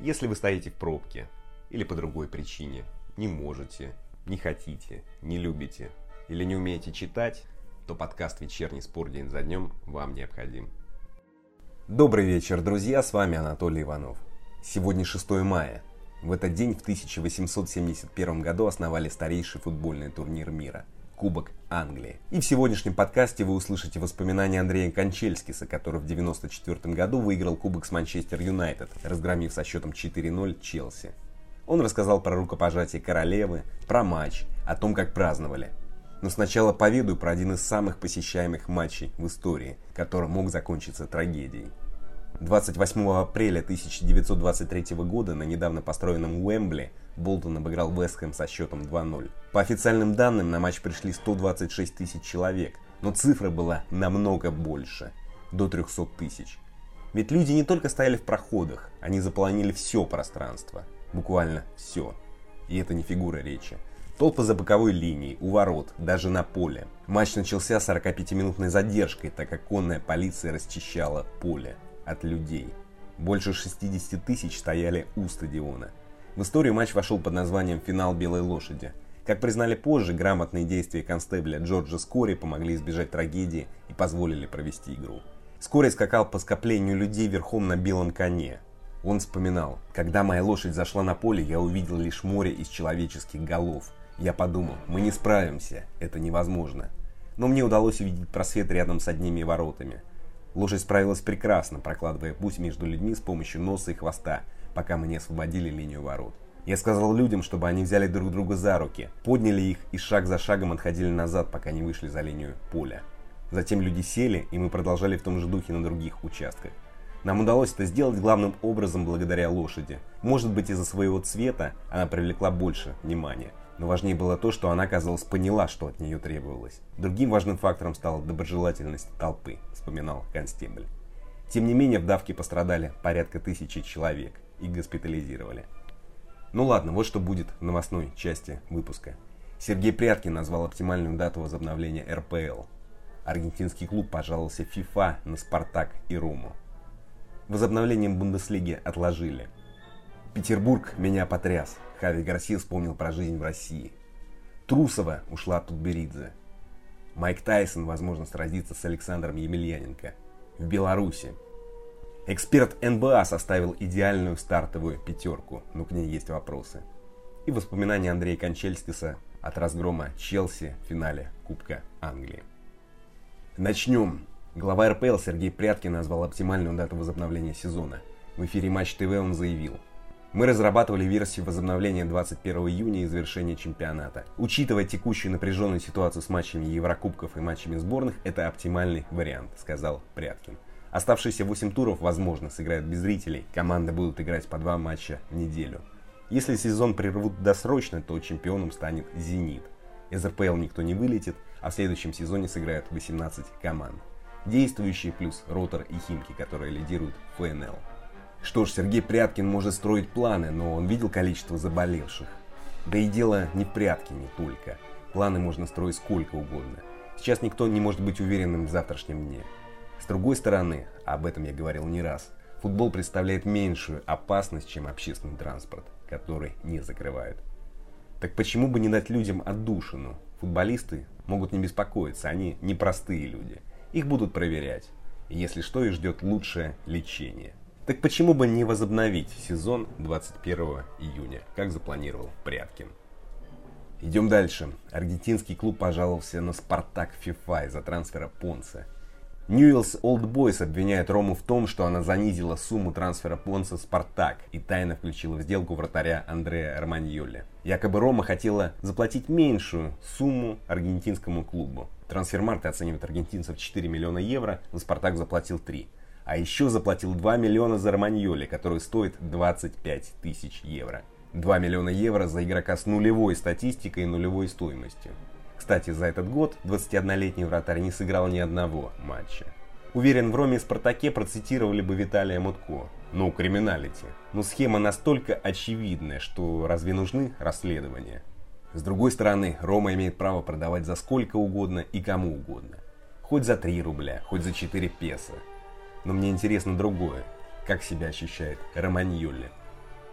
Если вы стоите в пробке или по другой причине, не можете, не хотите, не любите или не умеете читать, то подкаст «Вечерний спор день за днем» вам необходим. Добрый вечер, друзья, с вами Анатолий Иванов. Сегодня 6 мая. В этот день в 1871 году основали старейший футбольный турнир мира – Кубок Англии. И в сегодняшнем подкасте вы услышите воспоминания Андрея Кончельскиса, который в 1994 году выиграл Кубок с Манчестер Юнайтед, разгромив со счетом 4-0 Челси. Он рассказал про рукопожатие королевы, про матч, о том, как праздновали. Но сначала поведаю про один из самых посещаемых матчей в истории, который мог закончиться трагедией. 28 апреля 1923 года на недавно построенном Уэмбли Болтон обыграл Вест Хэм со счетом 2-0. По официальным данным, на матч пришли 126 тысяч человек, но цифра была намного больше – до 300 тысяч. Ведь люди не только стояли в проходах, они заполонили все пространство, буквально все. И это не фигура речи. Толпы за боковой линией, у ворот, даже на поле. Матч начался 45-минутной задержкой, так как конная полиция расчищала поле от людей. Больше 60 тысяч стояли у стадиона. В историю матч вошел под названием «Финал белой лошади». Как признали позже, грамотные действия констебля Джорджа Скори помогли избежать трагедии и позволили провести игру. Скори скакал по скоплению людей верхом на белом коне. Он вспоминал: «Когда моя лошадь зашла на поле, я увидел лишь море из человеческих голов. Я подумал, мы не справимся, это невозможно. Но мне удалось увидеть просвет рядом с одними воротами. Лошадь справилась прекрасно, прокладывая путь между людьми с помощью носа и хвоста, пока мы не освободили линию ворот. Я сказал людям, чтобы они взяли друг друга за руки, подняли их и шаг за шагом отходили назад, пока не вышли за линию поля. Затем люди сели, и мы продолжали в том же духе на других участках. Нам удалось это сделать главным образом благодаря лошади. Может быть, из-за своего цвета она привлекла больше внимания. Но важнее было то, что она, казалось, поняла, что от нее требовалось. Другим важным фактором стала доброжелательность толпы», — вспоминал констебль. Тем не менее, в давке пострадали порядка 1000 человек и госпитализировали. Ну ладно, вот что будет в новостной части выпуска. Сергей Пряткин назвал оптимальную дату возобновления РПЛ. Аргентинский клуб пожаловался в ФИФА на Спартак и Рому. Возобновление Бундеслиги отложили. Петербург меня потряс. Хави Гарсия вспомнил про жизнь в России. Трусова ушла от Тутберидзе. Майк Тайсон, возможно, сразится с Александром Емельяненко. В Беларуси. Эксперт НБА составил идеальную стартовую пятерку, но к ней есть вопросы. И воспоминания Андрея Кончельскиса от разгрома Челси в финале Кубка Англии. Начнем. Глава РПЛ Сергей Пряткин назвал оптимальную дату возобновления сезона. В эфире Матч ТВ он заявил: «Мы разрабатывали версию возобновления 21 июня и завершения чемпионата. Учитывая текущую напряженную ситуацию с матчами Еврокубков и матчами сборных, это оптимальный вариант», — сказал Пряткин. Оставшиеся 8 туров, возможно, сыграют без зрителей. Команды будут играть по 2 матча в неделю. Если сезон прервут досрочно, то чемпионом станет «Зенит». Из РПЛ никто не вылетит, а в следующем сезоне сыграют 18 команд. Действующие плюс Ротор и Химки, которые лидируют в ФНЛ. Что ж, Сергей Пряткин может строить планы, но он видел количество заболевших. Да и дело не в Пряткине только. Планы можно строить сколько угодно. Сейчас никто не может быть уверенным в завтрашнем дне. С другой стороны, об этом я говорил не раз, футбол представляет меньшую опасность, чем общественный транспорт, который не закрывают. Так почему бы не дать людям отдушину? Футболисты могут не беспокоиться, они непростые люди. Их будут проверять. И если что, их ждет лучшее лечение. Так почему бы не возобновить сезон 21 июня, как запланировал Пряткин? Идем дальше. Аргентинский клуб пожаловался на Спартак в ФИФА из-за трансфера Понсе. Ньюэллс Олд Бойс обвиняет Рому в том, что она занизила сумму трансфера Понса в Спартак и тайно включила в сделку вратаря Андреа Романьолли. Якобы Рома хотела заплатить меньшую сумму аргентинскому клубу. Трансфермаркт оценивает аргентинцев 4 миллиона евро, но Спартак заплатил 3. А еще заплатил 2 миллиона за Романьолли, который стоит 25 тысяч евро. 2 миллиона евро за игрока с нулевой статистикой и нулевой стоимостью. Кстати, за этот год 21-летний вратарь не сыграл ни одного матча. Уверен, в Роме и Спартаке процитировали бы Виталия Мутко. No criminality. Но схема настолько очевидная, что разве нужны расследования? С другой стороны, Рома имеет право продавать за сколько угодно и кому угодно. Хоть за 3 рубля, хоть за 4 песо. Но мне интересно другое. Как себя ощущает Романьолли?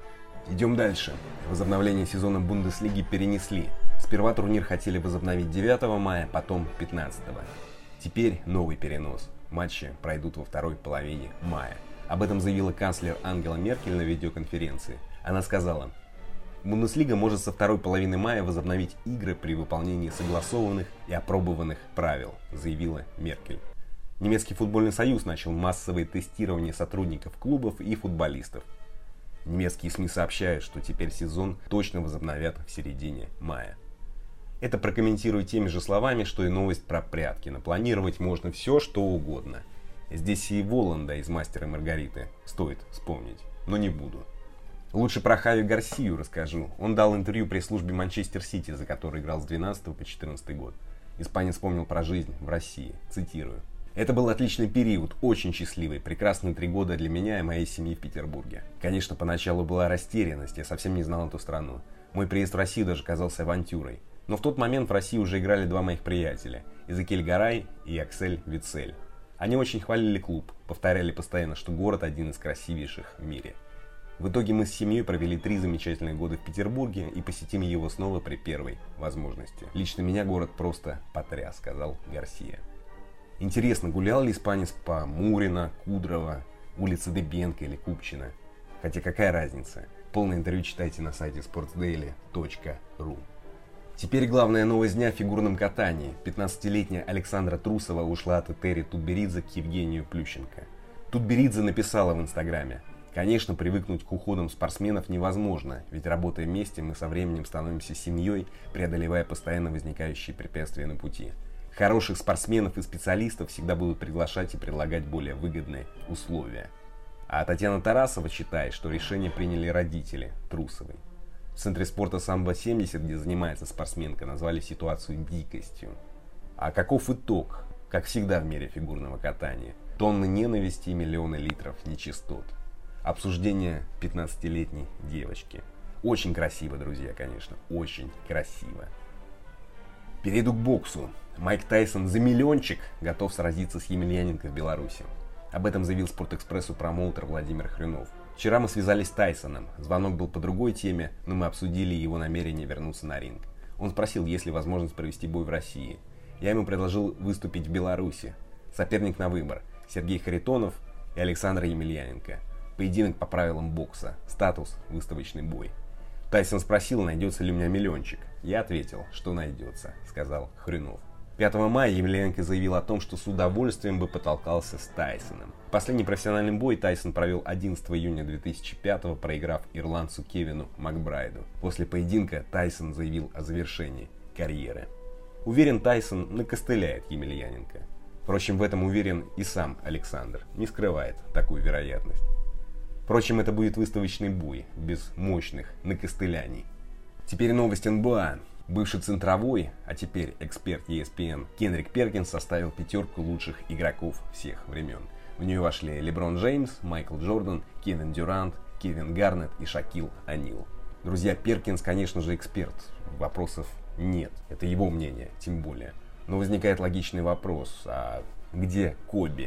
Идем дальше. Возобновление сезона Бундеслиги перенесли. Сперва турнир хотели возобновить 9 мая, потом 15. Теперь новый перенос. Матчи пройдут во второй половине мая. Об этом заявила канцлер Ангела Меркель на видеоконференции. Она сказала: Бундеслига может со второй половины мая возобновить игры при выполнении согласованных и опробованных правил, заявила Меркель. Немецкий футбольный союз начал массовое тестирование сотрудников клубов и футболистов. Немецкие СМИ сообщают, что теперь сезон точно возобновят в середине мая. Это прокомментирую теми же словами, что и новость про Пряткина. Планировать можно все, что угодно. Здесь и Воланда из «Мастера и Маргариты» стоит вспомнить, но не буду. Лучше про Хави Гарсию расскажу. Он дал интервью пресс-службе Манчестер Сити, за который играл с 12 по 14 год. Испанец вспомнил про жизнь в России. Цитирую. «Это был отличный период, очень счастливый, прекрасные 3 года для меня и моей семьи в Петербурге. Конечно, поначалу была растерянность, я совсем не знал эту страну. Мой приезд в Россию даже казался авантюрой. Но в тот момент в России уже играли 2 моих приятеля, Эзекиэль Гарай и Аксель Вицель. Они очень хвалили клуб, повторяли постоянно, что город один из красивейших в мире. В итоге мы с семьей провели 3 замечательных года в Петербурге и посетим его снова при первой возможности. Лично меня город просто потряс», — сказал Гарсия. Интересно, гулял ли испанец по Мурино, Кудрово, улице Дыбенко или Купчино? Хотя какая разница? Полное интервью читайте на сайте sportsdaily.ru. Теперь главная новость дня в фигурном катании. 15-летняя Александра Трусова ушла от Этери Тутберидзе к Евгению Плющенко. Тутберидзе написала в Инстаграме: «Конечно, привыкнуть к уходам спортсменов невозможно, ведь работая вместе, мы со временем становимся семьей, преодолевая постоянно возникающие препятствия на пути. Хороших спортсменов и специалистов всегда будут приглашать и предлагать более выгодные условия». А Татьяна Тарасова считает, что решение приняли родители Трусовой. В Центре спорта «Самбо-70», где занимается спортсменка, назвали ситуацию дикостью. А каков итог? Как всегда в мире фигурного катания. Тонны ненависти и миллионы литров нечистот. Обсуждение 15-летней девочки. Очень красиво, друзья, конечно. Очень красиво. Перейду к боксу. Майк Тайсон за миллиончик готов сразиться с Емельяненко в Беларуси. Об этом заявил «Спортэкспрессу» промоутер Владимир Хрюнов. «Вчера мы связались с Тайсоном. Звонок был по другой теме, но мы обсудили его намерение вернуться на ринг. Он спросил, есть ли возможность провести бой в России. Я ему предложил выступить в Беларуси. Соперник на выбор – Сергей Харитонов и Александр Емельяненко. Поединок по правилам бокса. Статус – выставочный бой. Тайсон спросил, найдется ли у меня миллиончик. Я ответил, что найдется», – сказал Хрюнов. 5 мая Емельяненко заявил о том, что с удовольствием бы потолкался с Тайсоном. Последний профессиональный бой Тайсон провел 11 июня 2005-го, проиграв ирландцу Кевину Макбрайду. После поединка Тайсон заявил о завершении карьеры. Уверен, Тайсон накостыляет Емельяненко. Впрочем, в этом уверен и сам Александр, не скрывает такую вероятность. Впрочем, это будет выставочный бой, без мощных накостыляний. Теперь новость НБА. Бывший центровой, а теперь эксперт ESPN Кенрик Перкинс составил 5 лучших игроков всех времен. В нее вошли Леброн Джеймс, Майкл Джордан, Кевин Дюрант, Кевин Гарнетт и Шакил О'Нил. Друзья, Перкинс, конечно же, эксперт. Вопросов нет. Это его мнение, тем более. Но возникает логичный вопрос: а где Коби?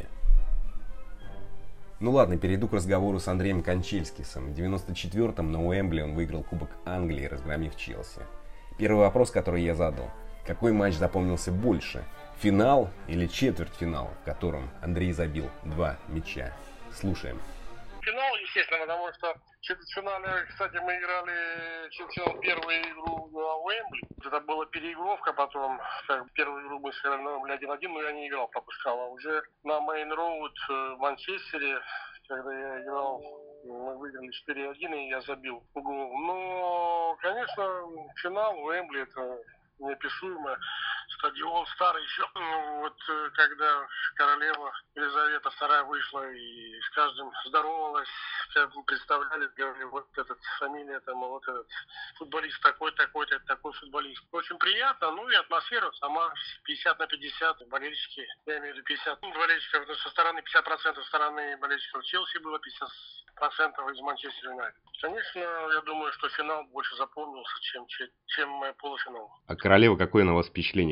Ну ладно, перейду к разговору с Андреем Кончельскисом. В 94-м на Уэмбли он выиграл Кубок Англии, разгромив Челси. Первый вопрос, который я задал: какой матч запомнился больше? Финал или четвертьфинал, в котором Андрей забил 2 мяча? Слушаем. Финал, естественно, потому что в четвертьфинале, кстати, мы играли четвертьфинал первую игру на Уэмбли. Это была переигровка, потом первую игру мы сыграли на Уэмбли 1-1, но я не играл, пропускал. А уже на Мейн-Роуд в Манчестере, когда я играл, мы выиграли 4-1, и я забил гол. Но, конечно, финал Уэмбли — это неописуемо. Стадион старый еще. Вот когда королева Елизавета II вышла и с каждым здоровалась, как бы представляли, говорили, вот этот фамилия, там, вот этот футболист такой-то, такой футболист. Очень приятно, ну и атмосфера сама 50/50, болельщики, я имею в виду 50 болельщиков, со стороны 50% со стороны болельщиков Челси было, 50% из Манчестер Юнайтед. Конечно, я думаю, что финал больше запомнился, чем полуфинал. А королева какое на вас впечатление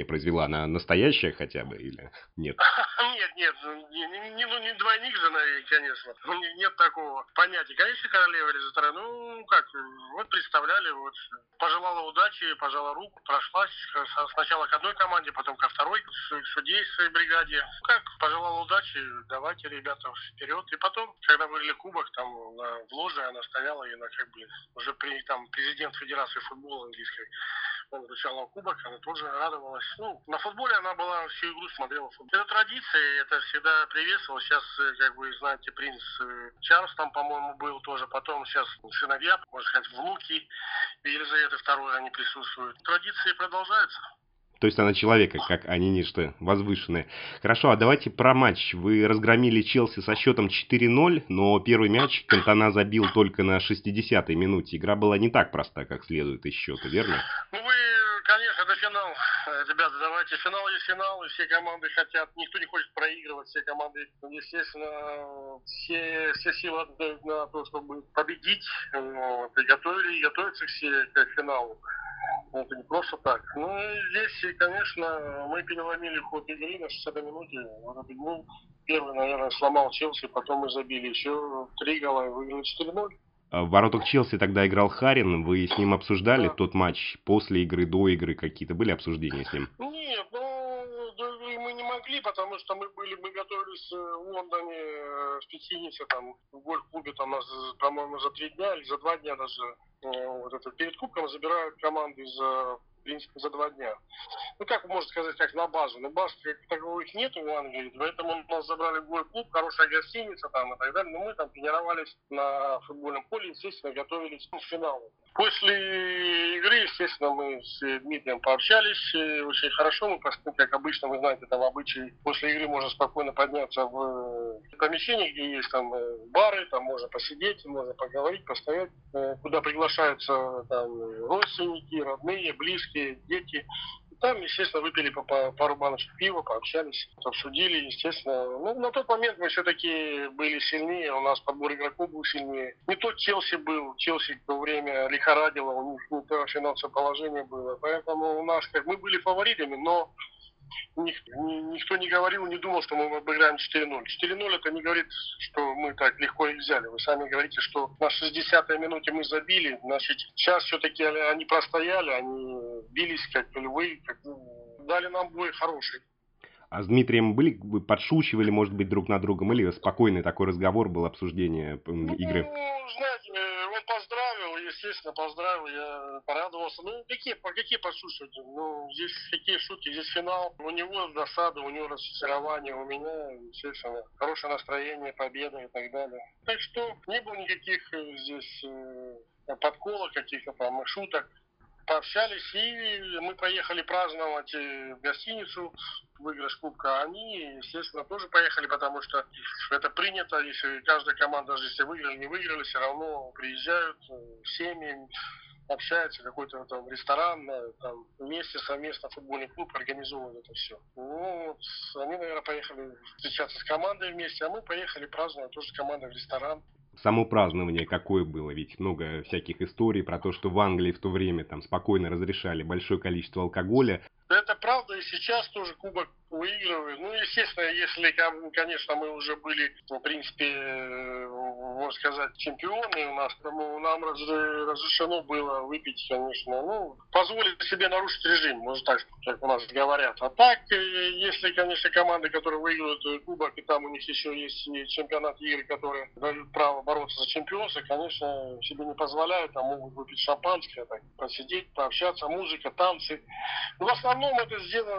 впечатление произвела? Она настоящая хотя бы или нет? Нет, не двойник же, конечно. Нет такого понятия. Конечно, королева Элизавета, ну, как, вот представляли, вот, пожелала удачи, пожала руку, прошлась сначала к одной команде, потом ко второй, к судейской бригаде. Как, пожелала удачи, давайте, ребята, вперед. И потом, когда выиграли кубок, там, в ложе она стояла, и она, как бы, уже там, президент Федерации футбола английской, он вручал кубок, она тоже радовалась. Ну, на футболе она была всю игру смотрела футбол. Это традиция, это всегда приветствовалось. Сейчас, как вы знаете, принц Чарльз там, по-моему, был тоже. Потом сейчас сыновья, можно сказать, внуки Елизаветы II, они присутствуют. Традиции продолжаются. То есть она человека, как они нечто возвышенное. Хорошо, а давайте про матч. Вы разгромили Челси со счетом 4-0, но первый мяч Кантона забил только на 60-й минуте. Игра была не так проста, как следует из счета, верно? Ну, вы, конечно, это финал. Ребята, давайте, финал есть финал, и все команды хотят, никто не хочет проигрывать, все команды, естественно, все силы отдают на то, чтобы победить, приготовили и готовятся все к финалу. Это не просто так. Ну и здесь, конечно, мы переломили ход игры на 60-й минуте. Вот этот гол первый, наверное, сломал Челси, потом мы забили еще 3 гола и выиграли 4-0. В воротах Челси тогда играл Харин. Вы с ним обсуждали тот матч после игры, до игры? Какие-то были обсуждения с ним? Нет, мы не могли, потому что мы готовились в Лондоне, в гостинице, там, в гольф-клубе, там, нас, по-моему, за 3 дня или за 2 дня даже, вот это, перед кубком забирают команды в принципе, за 2 дня. Ну, как можно сказать, как на базу. Но баз таковых нет в Англии, поэтому нас забрали в гольф-клуб, хорошая гостиница там и так далее. Но мы там тренировались на футбольном поле, естественно, готовились к финалу. После игры, естественно, мы с Дмитрием пообщались очень хорошо. Мы, как обычно, вы знаете, там обычай, после игры можно спокойно подняться в помещение, где есть там бары, там можно посидеть, можно поговорить, постоять, куда приглашаются там родственники, родные, близкие, дети. Там, естественно, выпили по пару баночек пива, пообщались, обсудили, естественно. Ну, на тот момент мы все-таки были сильнее, у нас подбор игроков был сильнее. Не тот Челси был, Челси в то время лихорадило, у них не то финансовое положение было. Поэтому у нас, как мы были фаворитами, но никто не говорил, не думал, что мы обыграем 4-0. 4-0 это не говорит, что мы так легко их взяли. Вы сами говорите, что на 60-й минуте мы забили. Значит, сейчас все-таки они простояли, они бились как львы, дали нам бой хороший. А с Дмитрием вы подшучивали, может быть, друг над другом? Или спокойный такой разговор был, обсуждение игры? Ну, знаете, он поздравил, естественно, поздравил, я порадовался. Ну, какие подшучивать? Ну, здесь какие шутки, здесь финал. У него досада, у него разочарование, у меня, естественно, хорошее настроение, победа и так далее. Так что не было никаких здесь подколок, каких-то там шуток. Пообщались, и мы поехали праздновать в гостиницу выигрыш кубка. Они, естественно, тоже поехали, потому что это принято, если каждая команда, даже если выиграли, не выиграли, все равно приезжают семьи, общаются, какой-то там ресторан, там вместе, совместно футбольный клуб организовывают это все. Ну, вот, они, наверное, поехали встречаться с командой вместе, а мы поехали праздновать тоже с командой в ресторан. Само празднование какое было? Ведь много всяких историй про то, что в Англии в то время там спокойно разрешали большое количество алкоголя. Это правда, и сейчас тоже кубок выигрывает. Ну, естественно, если, конечно, мы уже были, в принципе, можно сказать, чемпионы у нас, тому нам разрешено было выпить, конечно, ну, позволить себе нарушить режим, можно так сказать, как у нас говорят. А так, если, конечно, команды, которые выигрывают кубок, и там у них еще есть чемпионат игры, которые дают право бороться за чемпионство, конечно, себе не позволяют, а могут выпить шампанское, так, посидеть, пообщаться, музыка, танцы. Но в основном это сделано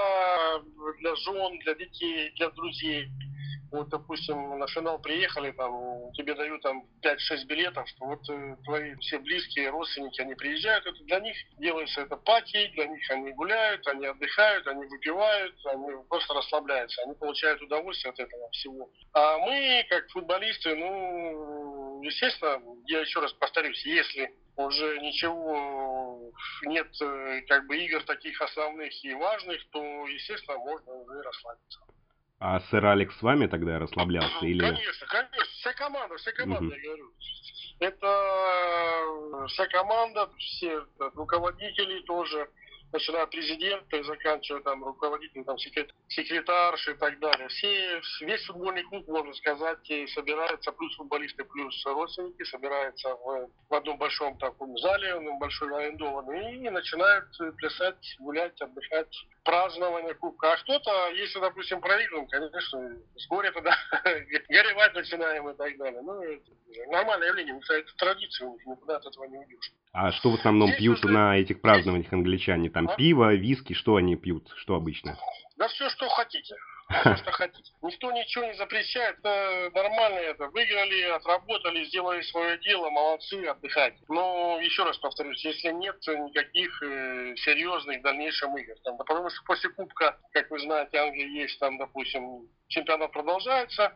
для жен, для детей, для друзей. Вот, допустим, на финал приехали, там, тебе дают там 5-6 билетов, что вот твои все близкие, родственники, они приезжают, это для них делается это пати, для них они гуляют, они отдыхают, они выпивают, они просто расслабляются, они получают удовольствие от этого всего. А мы, как футболисты, ну, естественно, я еще раз повторюсь, если уже ничего нет, как бы, игр таких основных и важных, то, естественно, можно уже расслабиться. А сэр Алекс с вами тогда расслаблялся? Или... Конечно, вся команда, я говорю. Это вся команда, все руководители тоже, начиная от президента и заканчивая там руководителем, там, секретарши и так далее. Весь футбольный клуб, можно сказать, и собирается, плюс футболисты, плюс родственники, собираются в одном большом таком зале, большой арендованный, и начинают плясать, гулять, отдыхать, празднование кубка. А кто-то, если, допустим, проигрываем, конечно, с горя тогда горевать начинаем и так далее. Ну, это нормальное явление, это традиция у них, никуда от этого не уйдешь. А что в основном Здесь пьют уже на этих празднованиях англичане? Там пиво, виски, что они пьют? Что обычно? Да все, что хотите. Все, что хотите. Никто ничего не запрещает. Это нормально это. Выиграли, отработали, сделали свое дело, молодцы, отдыхайте. Но еще раз повторюсь, если нет никаких серьезных дальнейших игр. Там, потому что после Кубка, как вы знаете, Англия есть, там, допустим, чемпионат продолжается,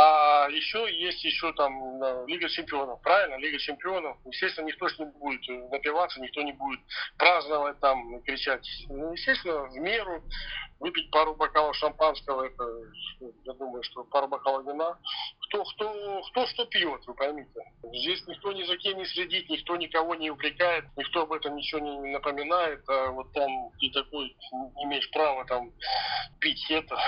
а еще там Лига чемпионов, правильно? Лига чемпионов. Естественно, никто ж не будет напиваться, никто не будет праздновать там, кричать. Ну, естественно, в меру выпить пару бокалов шампанского, это, я думаю, что пару бокалов вина. Кто что пьет, вы поймите. Здесь никто ни за кем не следит, никто никого не упрекает, никто об этом ничего не напоминает. А вот там ты такой не имеешь права там пить это,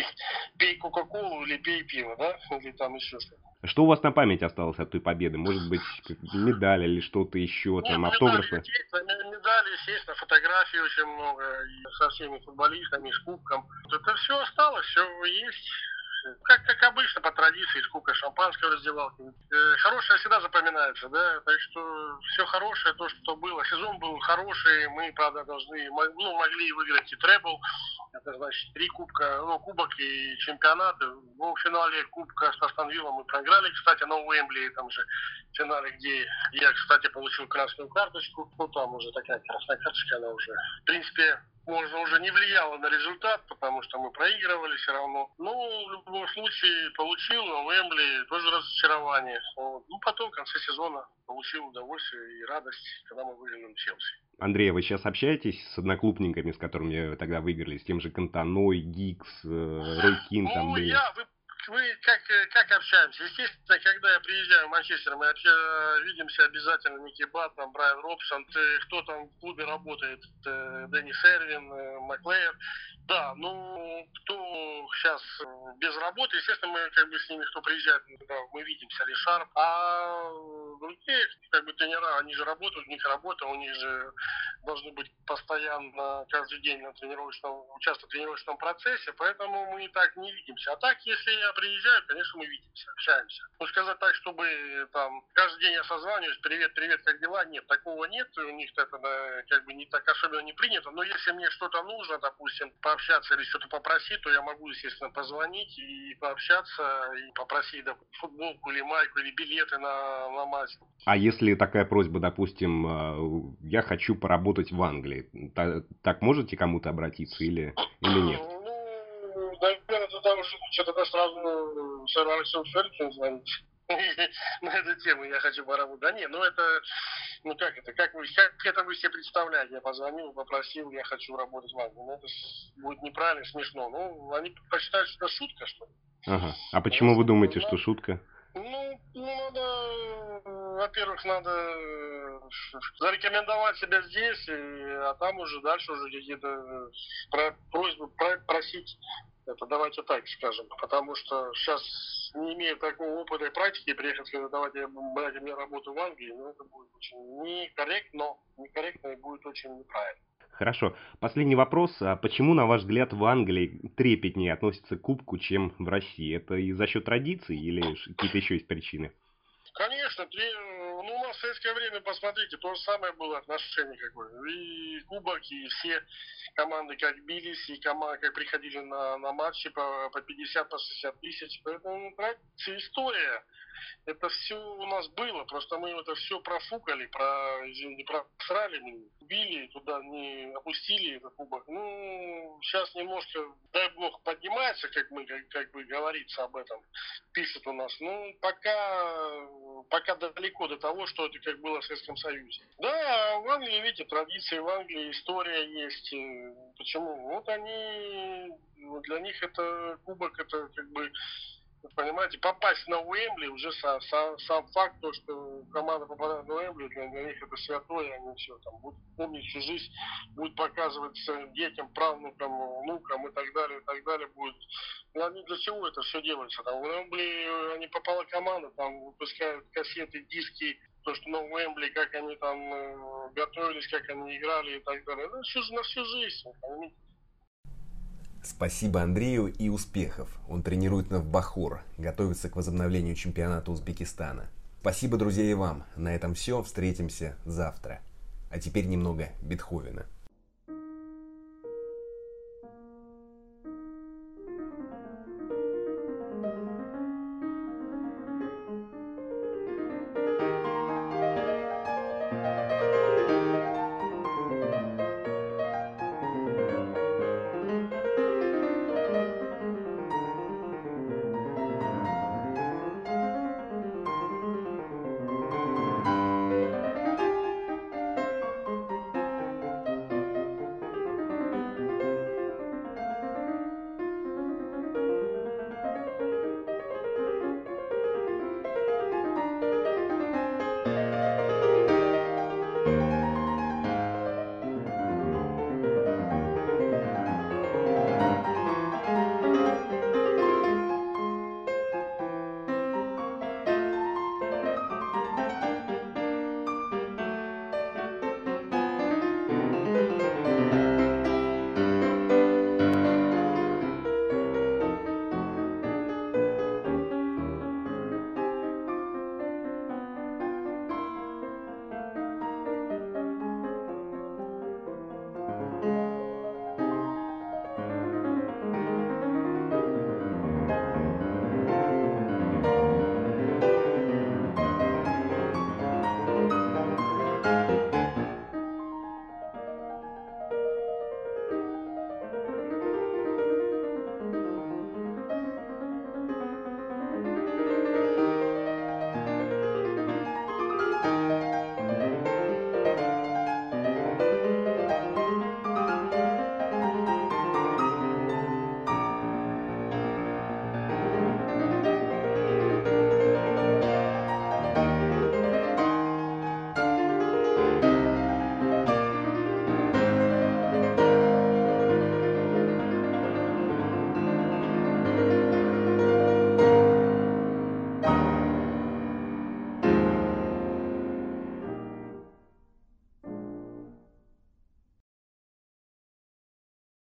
пей Кока-Колу или пей пиво, да? Или там еще что-то. Что у вас на память осталось от той победы? Может быть, медаль или что-то еще, там, автографы? Медали, естественно, фотографий очень много, и со всеми футболистами, с кубком. Это все осталось, все есть. Как обычно, по традиции, из кубка шампанского раздевалки. Хорошее всегда запоминается, да, так что все хорошее, то, что было. Сезон был хороший, мы, правда, могли выиграть и требл, это значит 3 кубка, кубок и чемпионаты. В финале кубка с Астон Виллой мы проиграли, кстати, на Уэмбли, там же в финале, где я, кстати, получил красную карточку. Ну, там уже такая красная карточка, она уже, в принципе, можно уже не влияло на результат, потому что мы проигрывали все равно. Ну, в любом случае, получил на Уэмбли тоже разочарование. Вот. Ну, потом в конце сезона получил удовольствие и радость, когда мы выиграли на Челси. Андрей, вы сейчас общаетесь с одноклубниками, с которыми вы тогда выиграли, с тем же Кантаной, Гикс, Рой Кин там были? Мы как общаемся? Естественно, когда я приезжаю в Манчестер, мы видимся обязательно. Ники Бат, там, Брайан Робсон, кто там в клубе работает, Деннис Эрвин, Маклеер. Да, кто сейчас без работы, естественно, мы с ними, кто приезжает, мы видимся, Ли Шарп. А другие, тренера, они же работают, у них работа, у них же должны быть постоянно, каждый день участвовать в тренировочном процессе, поэтому мы и так не видимся. А так, если я приезжаю, конечно, мы видимся, общаемся. Ну, сказать так, чтобы там каждый день я созваниваюсь, привет, как дела? Нет, такого нет, у них это не так особенно не принято, но если мне что-то нужно, допустим, пообщаться или что-то попросить, то я могу, естественно, позвонить и пообщаться, и попросить футболку или майку, или билеты на матч. А если такая просьба, допустим, я хочу поработать в Англии, так можете кому-то обратиться или нет? Наверное, тогда уже что-то сразу сэр Александр Феррикин звонить на эту тему, я хочу поработать. Да нет, как это вы себе представляете? Я позвонил, попросил, я хочу работать в Англии. Это будет неправильно, смешно. Они посчитают, что это шутка, что ли. Ага. А почему вы думаете, что шутка? Во-первых, надо зарекомендовать себя здесь, а там уже дальше какие-то просьбы просить. Это давайте так скажем, потому что сейчас, не имея такого опыта и практики, приехать сказать, давайте брать мне работу в Англии, это будет очень некорректно и будет очень неправильно. Хорошо. Последний вопрос. А почему, на ваш взгляд, в Англии трепетнее относятся к кубку, чем в России? Это и за счет традиций или какие-то еще есть причины? Конечно, у нас в советское время, посмотрите, то же самое было отношение какое. И кубок, и все команды как бились, и команды как приходили на матчи по 50, по 60 тысяч. Поэтому история. Это все у нас было, просто мы это все профукали, просрали, убили, туда не опустили этот кубок. Сейчас немножко, дай бог, поднимается, как бы говорится об этом, пишут у нас. Пока далеко до того, что это как было в Советском Союзе. Да, в Англии, видите, традиции, в Англии история есть. Почему? Для них это кубок, это как бы, понимаете, попасть на Уэмбли, уже сам факт, то, что команда попадает на Уэмбли, для них это святое, они все там будут помнить всю жизнь, будет показывать своим детям, правнукам, внукам и так далее будет. Ну, они для чего это все делается? Там в Уэмбли они попала команда, там выпускают кассеты, диски, то, что на Уэмбли, как они там готовились, как они играли и так далее. Ну, на всю жизнь, понимаете? Спасибо Андрею и успехов. Он тренирует Навбахор, готовится к возобновлению чемпионата Узбекистана. Спасибо, друзья, и вам. На этом все. Встретимся завтра. А теперь немного Бетховена.